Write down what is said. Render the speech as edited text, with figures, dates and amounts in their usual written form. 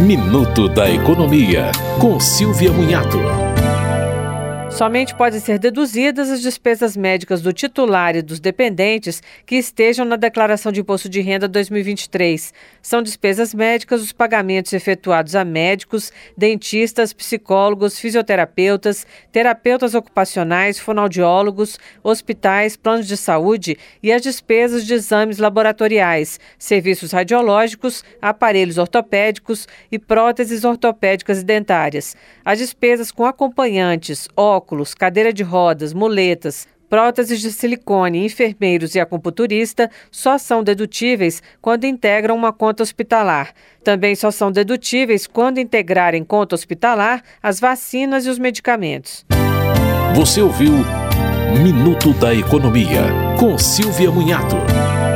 Minuto da Economia, com Silvia Munhato. Somente podem ser deduzidas as despesas médicas do titular e dos dependentes que estejam na Declaração de Imposto de Renda 2023. São despesas médicas os pagamentos efetuados a médicos, dentistas, psicólogos, fisioterapeutas, terapeutas ocupacionais, fonoaudiólogos, hospitais, planos de saúde e as despesas de exames laboratoriais, serviços radiológicos, aparelhos ortopédicos e próteses ortopédicas e dentárias. As despesas com acompanhantes, óculos, cadeira de rodas, muletas, próteses de silicone, enfermeiros e acupunturista só são dedutíveis quando integram uma conta hospitalar. Também só são dedutíveis quando integrarem conta hospitalar as vacinas e os medicamentos. Você ouviu Minuto da Economia, com Silvia Munhato.